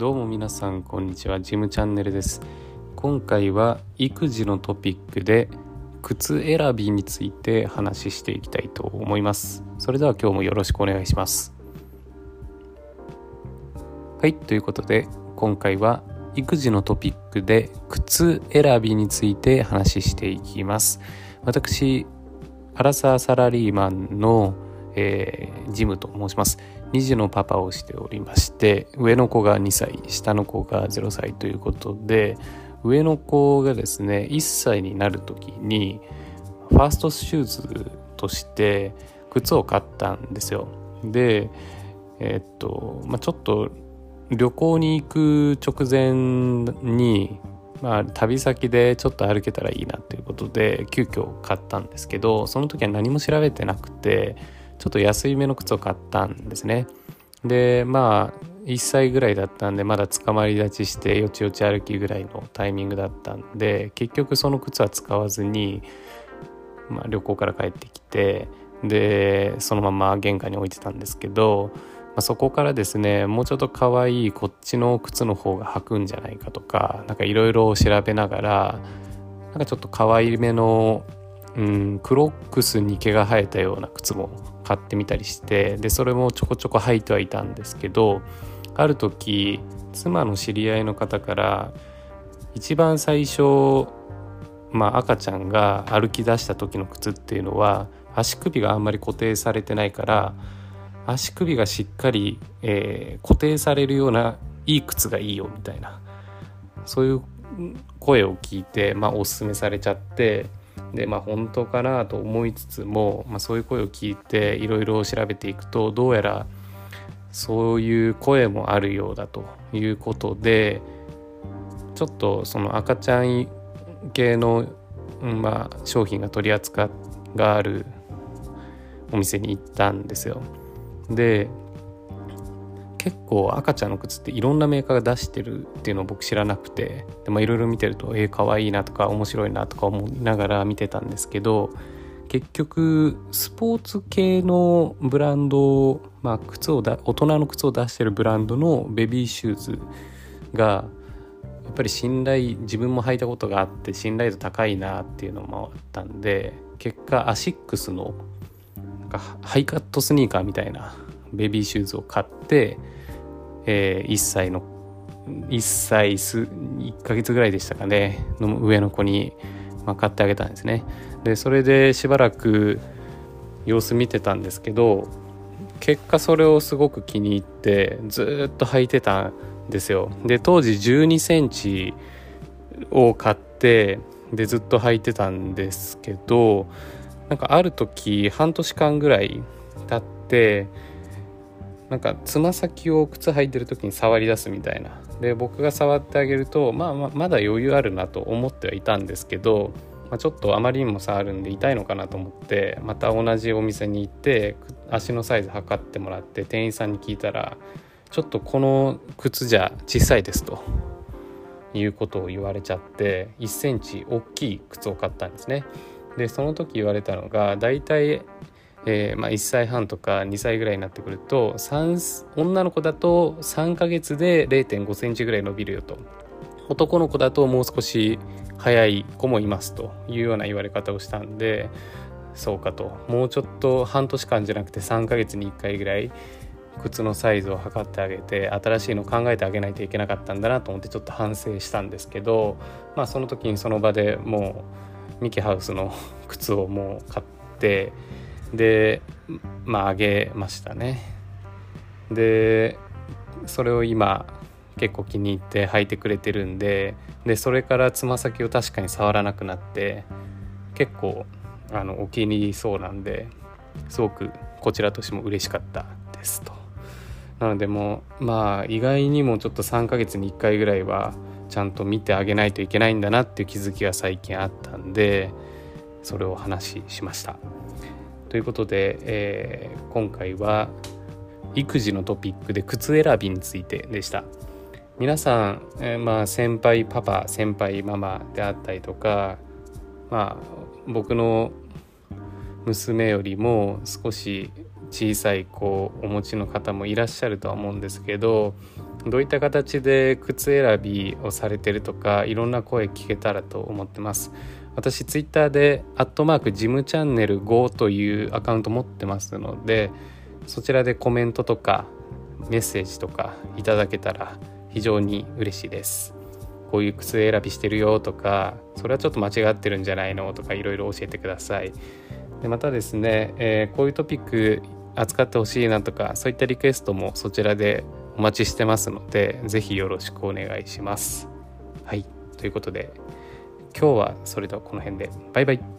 どうも皆さんこんにちは。ジムチャンネルです。今回は育児のトピックで靴選びについて話していきたいと思います。それでは今日もよろしくお願いします。はい、ということで今回は育児のトピックで靴選びについて話していきます。私アラサーサラリーマンのジムと申します。2児のパパをしておりまして、上の子が2歳下の子が0歳ということで、上の子がですね1歳になる時にファーストシューズとして靴を買ったんですよ。でちょっと旅行に行く直前に旅先でちょっと歩けたらいいなということで急遽買ったんですけど、その時は何も調べてなくてちょっと安いめの靴を買ったんですね。で1歳ぐらいだったんでまだ捕まり立ちしてよちよち歩きぐらいのタイミングだったんで、結局その靴は使わずに、旅行から帰ってきて、でそのまま玄関に置いてたんですけど、そこからですねもうちょっと可愛いこっちの靴の方が履くんじゃないかとかいろいろ調べながらちょっと可愛いめのクロックスに毛が生えたような靴も買ってみたりして、でそれもちょこちょこ履いてはいたんですけど、ある時妻の知り合いの方から一番最初、赤ちゃんが歩き出した時の靴っていうのは足首があんまり固定されてないから足首がしっかり、固定されるようないい靴がいいよみたいな、そういう声を聞いて、おすすめされちゃって、で本当かなと思いつつも、そういう声を聞いていろいろ調べていくとどうやらそういう声もあるようだということで、ちょっとその赤ちゃん系の、商品が取り扱いがあるお店に行ったんですよ。で結構赤ちゃんの靴っていろんなメーカーが出してるっていうのを僕知らなくて、でいろいろ見てると可愛いなとか面白いなとか思いながら見てたんですけど、結局スポーツ系のブランド、大人の靴を出してるブランドのベビーシューズがやっぱり自分も履いたことがあって信頼度高いなっていうのもあったんで、結果アシックスのハイカットスニーカーみたいなベビーシューズを買って、1歳1ヶ月ぐらいでしたかねの上の子に、買ってあげたんですね。でそれでしばらく様子見てたんですけど、結果それをすごく気に入ってずっと履いてたんですよ。で当時12センチを買ってでずっと履いてたんですけど、ある時半年間ぐらい経ってつま先を靴履いてる時に触り出すみたいな、で僕が触ってあげるとまだ余裕あるなと思ってはいたんですけど、ちょっとあまりにも触るんで痛いのかなと思ってまた同じお店に行って足のサイズ測ってもらって、店員さんに聞いたらちょっとこの靴じゃ小さいですということを言われちゃって、1センチ大きい靴を買ったんですね。でその時言われたのがだいたい1歳半とか2歳ぐらいになってくると女の子だと3ヶ月で 0.5 センチぐらい伸びるよと、男の子だともう少し早い子もいますというような言われ方をしたんで、そうかと、もうちょっと半年間じゃなくて3ヶ月に1回ぐらい靴のサイズを測ってあげて新しいのを考えてあげないといけなかったんだなと思ってちょっと反省したんですけど、その時にその場でもうミキハウスの靴をもう買ってであげましたね。でそれを今結構気に入って履いてくれてるんで、それからつま先を確かに触らなくなって結構お気に入りそうなんで、すごくこちらとしても嬉しかったですと。なのでもう意外にもちょっと3ヶ月に1回ぐらいはちゃんと見てあげないといけないんだなっていう気づきが最近あったんで、それをお話ししました。ということで、今回は育児のトピックで靴選びについてでした。皆さん、先輩パパ先輩ママであったりとか、僕の娘よりも少し小さい子をお持ちの方もいらっしゃるとは思うんですけど、 どういった形で靴選びをされてるとか、いろんな声聞けたらと思ってます。私ツイッターでジムチャンネル5というアカウント持ってますので、そちらでコメントとかメッセージとかいただけたら非常に嬉しいです。こういう靴選びしてるよとか、それはちょっと間違ってるんじゃないのとか、いろいろ教えてください。でまたですね、こういうトピック扱ってほしいなとか、そういったリクエストもそちらでお待ちしてますので、ぜひよろしくお願いします。はい、ということで今日はそれではこの辺で。バイバイ。